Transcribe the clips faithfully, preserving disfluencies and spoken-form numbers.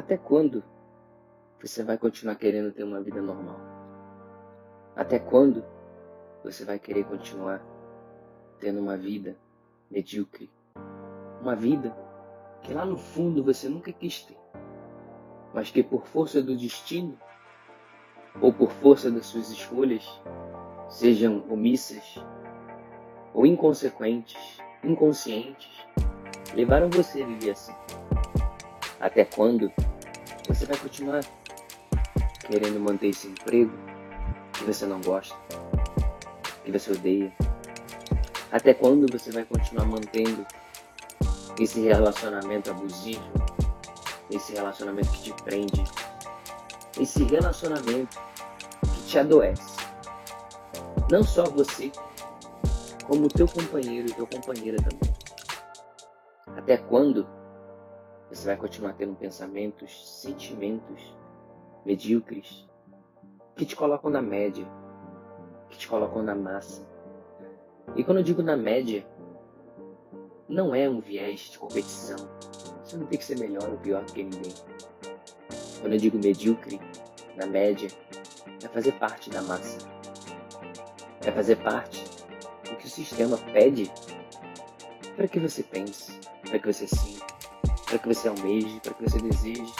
Até quando você vai continuar querendo ter uma vida normal? Até quando você vai querer continuar tendo uma vida medíocre? Uma vida que lá no fundo você nunca quis ter, mas que por força do destino ou por força das suas escolhas, sejam omissas ou inconsequentes, inconscientes, levaram você a viver assim. Até quando você vai continuar querendo manter esse emprego que você não gosta, que você odeia? Até quando você vai continuar mantendo esse relacionamento abusivo, esse relacionamento que te prende, esse relacionamento que te adoece? Não só você, como o teu companheiro e tua companheira também. Até quando você vai continuar tendo pensamentos, sentimentos medíocres que te colocam na média, que te colocam na massa? E quando eu digo na média, não é um viés de competição. Você não tem que ser melhor ou pior do que ninguém. Quando eu digo medíocre, na média, é fazer parte da massa. É fazer parte do que o sistema pede para que você pense, para que você sinta, para que você almeje, para que você deseje.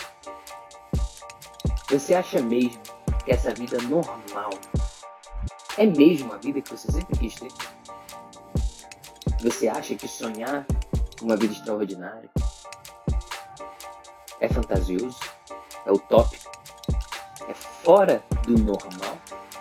Você acha mesmo que essa vida normal é mesmo a vida que você sempre quis ter? Você acha que sonhar com uma vida extraordinária é fantasioso, é utópico, é fora do normal?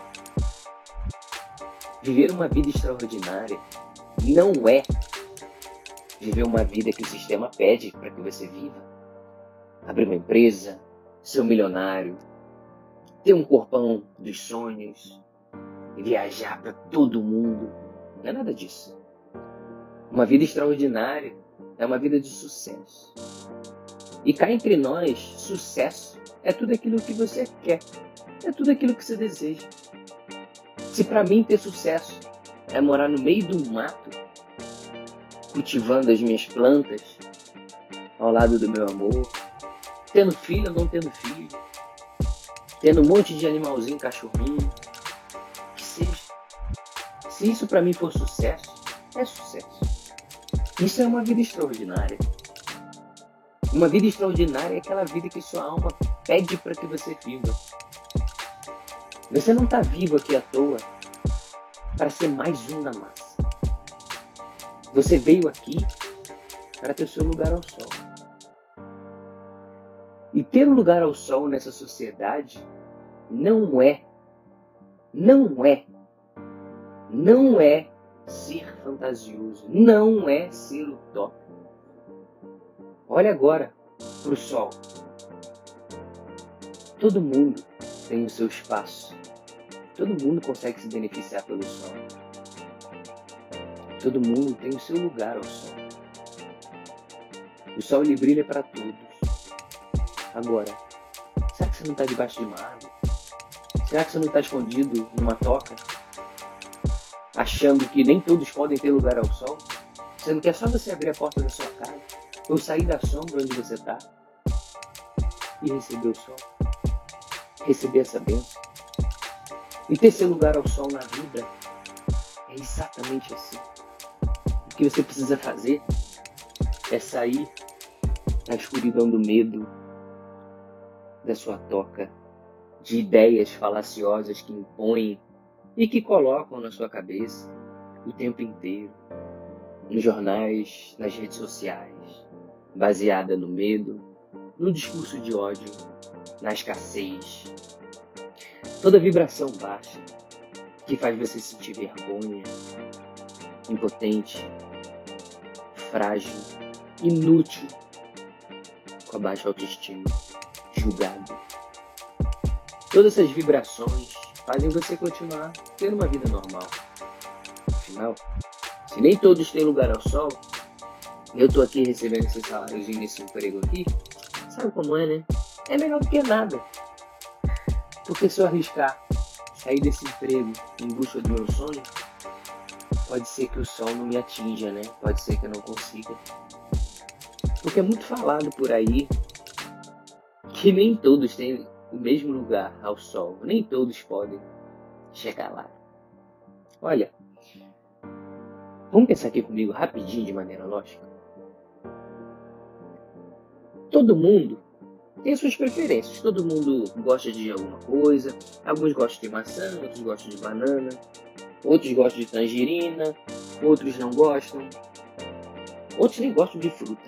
Viver uma vida extraordinária não é viver uma vida que o sistema pede para que você viva. Abrir uma empresa, ser um milionário, ter um corpão dos sonhos, viajar para todo mundo. Não é nada disso. Uma vida extraordinária é uma vida de sucesso. E cá entre nós, sucesso é tudo aquilo que você quer, é tudo aquilo que você deseja. Se para mim ter sucesso é morar no meio do mato, cultivando as minhas plantas, ao lado do meu amor, tendo filho ou não tendo filho, tendo um monte de animalzinho, cachorrinho, que seja. Se isso para mim for sucesso, é sucesso. Isso é uma vida extraordinária. Uma vida extraordinária é aquela vida que sua alma pede para que você viva. Você não está vivo aqui à toa para ser mais um da massa. Você veio aqui para ter o seu lugar ao sol. E ter um lugar ao sol nessa sociedade não é, não é, não é ser fantasioso, não é ser utópico. Olha agora para o sol. Todo mundo tem o seu espaço. Todo mundo consegue se beneficiar pelo sol. Todo mundo tem o seu lugar ao sol. O sol ele brilha para todos. Agora, será que você não está debaixo de uma árvore? Será que você não está escondido numa toca? Achando que nem todos podem ter lugar ao sol? Sendo que é só você abrir a porta da sua casa ou sair da sombra onde você está e receber o sol. Receber essa bênção. E ter seu lugar ao sol na vida é exatamente assim. O que você precisa fazer é sair da escuridão do medo, da sua toca, de ideias falaciosas que impõem e que colocam na sua cabeça o tempo inteiro, nos jornais, nas redes sociais, baseada no medo, no discurso de ódio, na escassez. Toda vibração baixa que faz você sentir vergonha, impotente, frágil, inútil, com a baixa autoestima, julgado. Todas essas vibrações fazem você continuar tendo uma vida normal. Afinal, se nem todos têm lugar ao sol, eu tô aqui recebendo esse saláriozinho nesse emprego aqui, sabe como é, né? É melhor do que nada. Porque se eu arriscar sair desse emprego em busca do meu sonho, pode ser que o sol não me atinja, né? Pode ser que eu não consiga. Porque é muito falado por aí que nem todos têm o mesmo lugar ao sol, nem todos podem chegar lá. Olha, vamos pensar aqui comigo rapidinho de maneira lógica. Todo mundo tem suas preferências, todo mundo gosta de alguma coisa, alguns gostam de maçã, outros gostam de banana, outros gostam de tangerina, outros não gostam, outros nem gostam de fruta.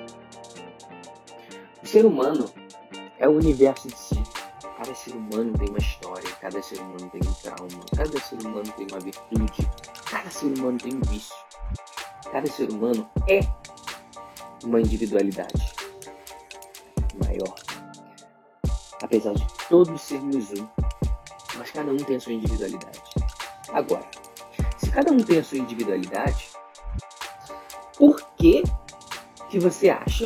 O ser humano é o universo em si. Cada ser humano tem uma história, cada ser humano tem um trauma, cada ser humano tem uma virtude, cada ser humano tem um vício. Cada ser humano é uma individualidade maior. Apesar de todos sermos um, mas cada um tem a sua individualidade. Agora, se cada um tem a sua individualidade, por que que você acha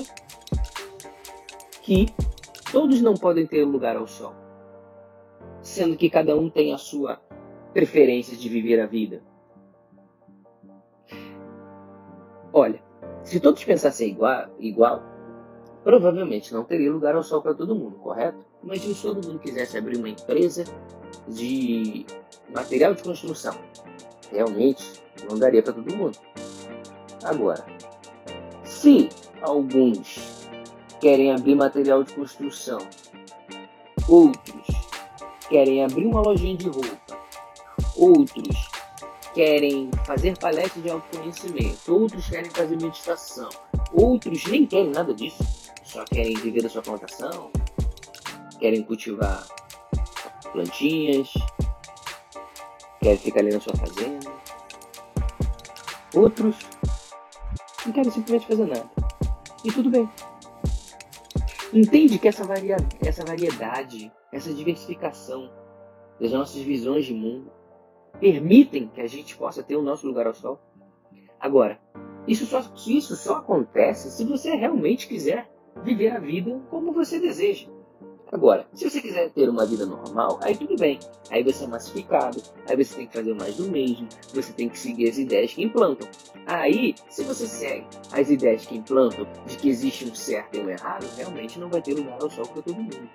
que todos não podem ter lugar ao sol? Sendo que cada um tem a sua preferência de viver a vida. Olha, se todos pensassem igual, igual, provavelmente não teria lugar ao sol para todo mundo, correto? Imagina se todo mundo quisesse abrir uma empresa de material de construção. Realmente não daria para todo mundo. Agora, se alguns querem abrir material de construção, outros querem abrir uma lojinha de roupa, outros querem fazer palestra de autoconhecimento, outros querem fazer meditação, outros nem querem nada disso, só querem viver da sua plantação, querem cultivar plantinhas, querem ficar ali na sua fazenda. Outros não querem simplesmente fazer nada. E tudo bem. Entende que essa, varia... essa variedade, essa diversificação das nossas visões de mundo permitem que a gente possa ter o nosso lugar ao sol? Agora, isso só, isso só acontece se você realmente quiser viver a vida como você deseja. Agora, se você quiser ter uma vida normal, aí tudo bem. Aí você é massificado, aí você tem que fazer mais do mesmo, você tem que seguir as ideias que implantam. Aí, se você segue as ideias que implantam de que existe um certo e um errado, realmente não vai ter lugar ao sol para todo mundo.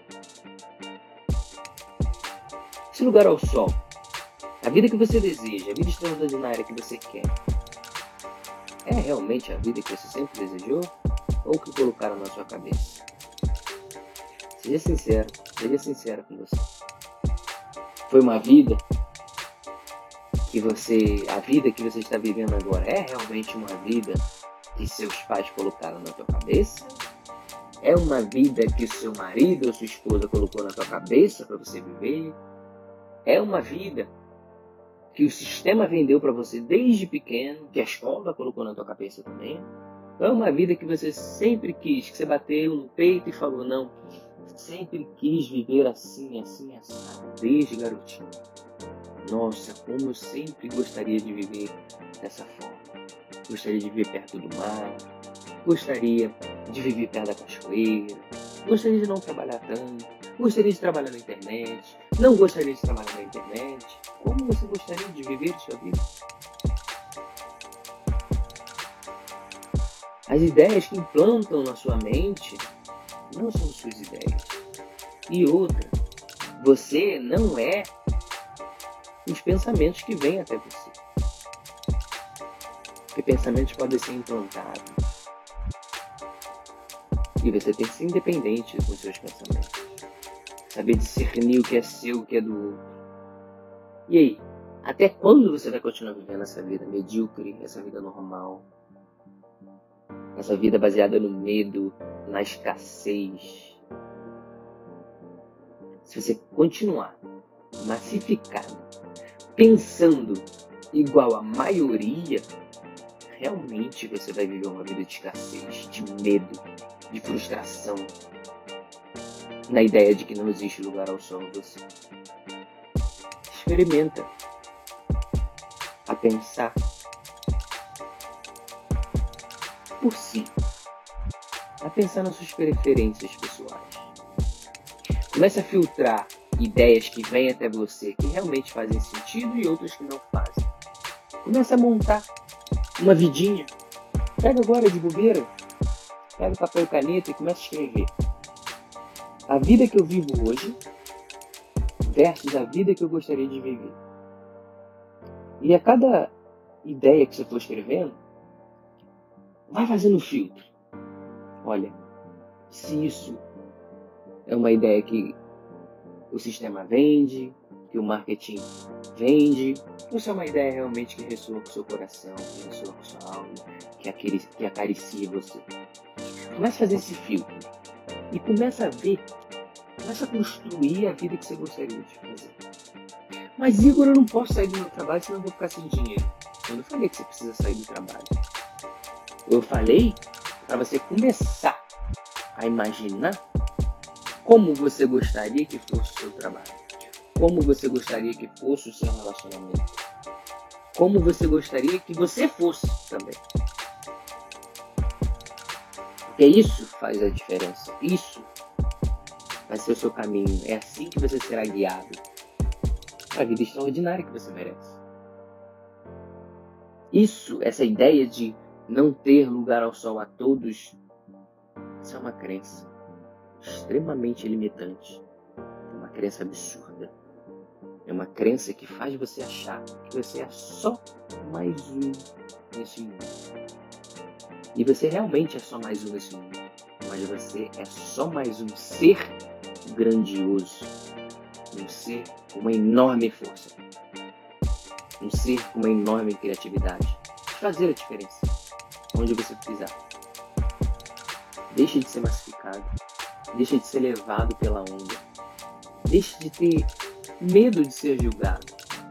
Esse lugar ao sol, a vida que você deseja, a vida extraordinária que você quer, é realmente a vida que você sempre desejou? Ou que colocaram na sua cabeça? Seja sincero, seja sincero com você. Foi uma vida que você, a vida que você está vivendo agora é realmente uma vida que seus pais colocaram na tua cabeça? É uma vida que o seu marido ou sua esposa colocou na tua cabeça para você viver? É uma vida que o sistema vendeu para você desde pequeno, que a escola colocou na tua cabeça também? É uma vida que você sempre quis, que você bateu no peito e falou, não, sempre quis viver assim, assim, assim, desde garotinho. Nossa, como eu sempre gostaria de viver dessa forma. Gostaria de viver perto do mar, gostaria de viver perto da cachoeira, gostaria de não trabalhar tanto, gostaria de trabalhar na internet, não gostaria de trabalhar na internet. Como você gostaria de viver sua vida? As ideias que implantam na sua mente não são suas ideias. E outra, você não é os pensamentos que vêm até você. Porque pensamentos podem ser implantados. E você tem que ser independente com seus pensamentos. Saber discernir o que é seu, o que é do outro. E aí? Até quando você vai continuar vivendo essa vida medíocre, essa vida normal? Essa vida baseada no medo, na escassez. Se você continuar massificado, pensando igual a maioria, realmente você vai viver uma vida de escassez, de medo, de frustração, na ideia de que não existe lugar ao sol em você. Experimenta a pensar por si, a pensar nas suas preferências pessoais. Comece a filtrar ideias que vêm até você, que realmente fazem sentido e outras que não fazem. Comece a montar uma vidinha. Pega agora de bobeira, pega papel e caneta e começa a escrever. a vida que eu vivo hoje versus a vida que eu gostaria de viver. E a cada ideia que você for escrevendo, vai fazendo filtro. Olha, se isso é uma ideia que o sistema vende, que o marketing vende, ou se é uma ideia realmente que ressoa com o seu coração, que ressoa com sua alma, que, aquele, que acaricia você. Começa a fazer esse filtro e começa a ver, começa a construir a vida que você gostaria de fazer. Mas Igor, eu não posso sair do meu trabalho, senão eu vou ficar sem dinheiro. Eu não falei que você precisa sair do trabalho. Eu falei para você começar a imaginar como você gostaria que fosse o seu trabalho. Como você gostaria que fosse o seu relacionamento. Como você gostaria que você fosse também. Porque isso faz a diferença. Isso vai ser o seu caminho. É assim que você será guiado para a vida extraordinária que você merece. Isso, essa ideia de não ter lugar ao sol a todos, isso é uma crença extremamente limitante. É uma crença absurda. É uma crença que faz você achar que você é só mais um nesse mundo. E você realmente é só mais um nesse mundo. Mas você é só mais um ser grandioso. Um ser com uma enorme força. Um ser com uma enorme criatividade. De fazer a diferença. Onde você pisar. Deixe de ser massificado. Deixe de ser levado pela onda. Deixe de ter medo de ser julgado.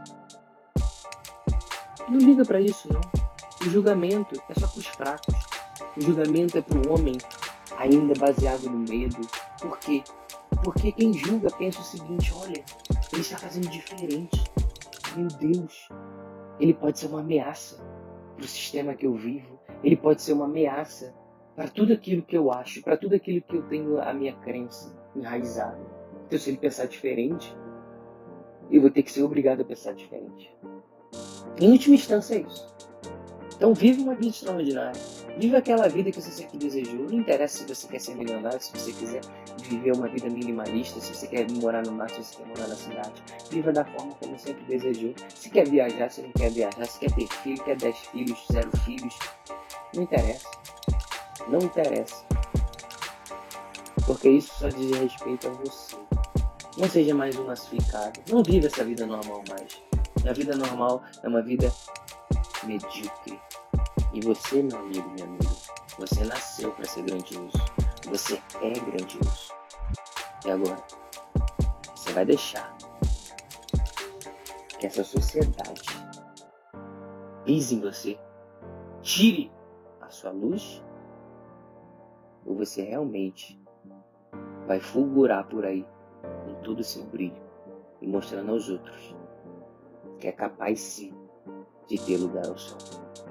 Não liga pra isso, não. O julgamento é só pros fracos. O julgamento é pro homem ainda baseado no medo. Por quê? Porque quem julga pensa o seguinte, olha, ele está fazendo diferente. Meu Deus, ele pode ser uma ameaça para o sistema que eu vivo. Ele pode ser uma ameaça para tudo aquilo que eu acho, para tudo aquilo que eu tenho a minha crença enraizada. Então, se ele pensar diferente, eu vou ter que ser obrigado a pensar diferente. Em última instância é isso. Então vive uma vida extraordinária. Vive aquela vida que você sempre desejou. Não interessa se você quer ser milionário, se você quiser viver uma vida minimalista, se você quer morar no mar, se você quer morar na cidade. Viva da forma como sempre desejou. Se quer viajar, se não quer viajar, se quer ter filho, quer dez filhos, zero filhos. Não interessa. Não interessa. Porque isso só diz respeito a você. Não seja mais um massificado. Não viva essa vida normal mais. A vida normal é uma vida medíocre. E você, meu amigo, minha amiga, você nasceu para ser grandioso. Você é grandioso. E agora, você vai deixar que essa sociedade pise em você, tire a sua luz, ou você realmente vai fulgurar por aí com todo o seu brilho e mostrando aos outros que é capaz sim de ter lugar ao sol.